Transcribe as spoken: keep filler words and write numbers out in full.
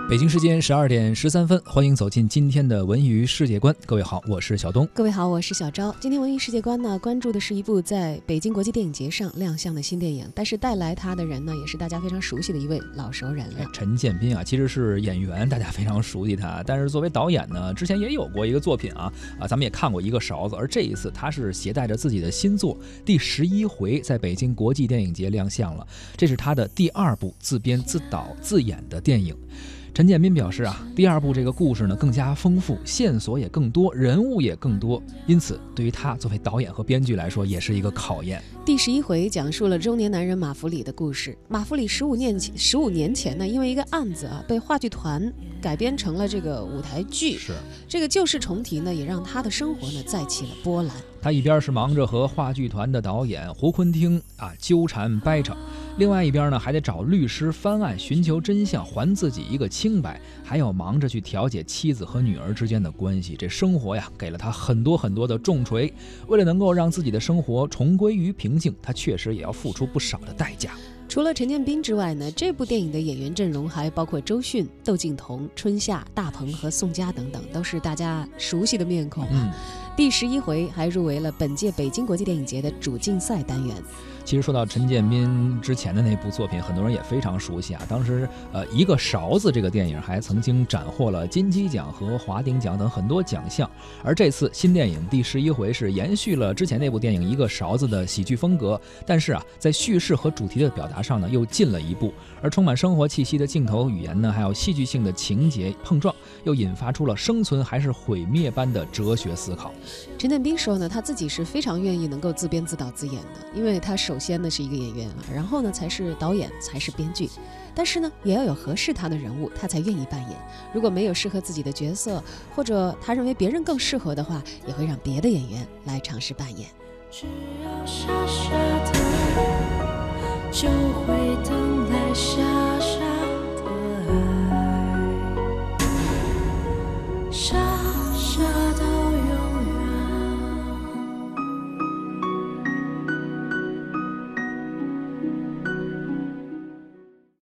北京时间十二点十三分，欢迎走进今天的文娱世界观。各位好，我是小东。 各位好，我是小昭。今天文娱世界观呢，关注的是一部在北京国际电影节上亮相的新电影，但是带来它的人呢，也是大家非常熟悉的一位老熟人了。 陈建斌啊，其实是演员，大家非常熟悉他，但是作为导演呢，之前也有过一个作品啊啊，咱们也看过一个勺子，而这一次他是携带着自己的新作第十一回在北京国际电影节亮相了，这是他的第二部自编自导自演的电影。陈建斌表示啊，第二部这个故事呢更加丰富，线索也更多，人物也更多，因此对于他作为导演和编剧来说，也是一个考验。 第十一回讲述了中年男人马福里的故事。马福里十五年前，十五年前呢，因为一个案子啊，被话剧团改编成了这个舞台剧。 是这个旧事重提呢，也让他的生活呢再起了波澜。 他一边是忙着和话剧团的导演胡坤汀啊纠缠掰扯，另外一边呢还得找律师翻案，寻求真相，还自己一个清白，还要忙着去调解妻子和女儿之间的关系。这生活呀，给了他很多很多的重锤。为了能够让自己的生活重归于平静，他确实也要付出不少的代价。 除了陈建斌之外呢，这部电影的演员阵容还包括周迅、窦靖童、春夏、大鹏和宋佳等等，都是大家熟悉的面孔啊。 嗯第十一回还入围了本届北京国际电影节的主竞赛单元。 其实说到陈建斌之前的那部作品，很多人也非常熟悉啊。当时呃，一个勺子这个电影还曾经斩获了金鸡奖和华鼎奖等很多奖项。而这次新电影第十一回是延续了之前那部电影一个勺子的喜剧风格，但是啊，在叙事和主题的表达上呢，又进了一步。而充满生活气息的镜头语言呢，还有戏剧性的情节碰撞，又引发出了生存还是毁灭般的哲学思考。 陈建斌说呢，他自己是非常愿意能够自编自导自演的，因为他首先呢是一个演员啊，然后呢才是导演，才是编剧。但是呢，也要有合适他的人物，他才愿意扮演。如果没有适合自己的角色，或者他认为别人更适合的话，也会让别的演员来尝试扮演。 只要傻傻的就会得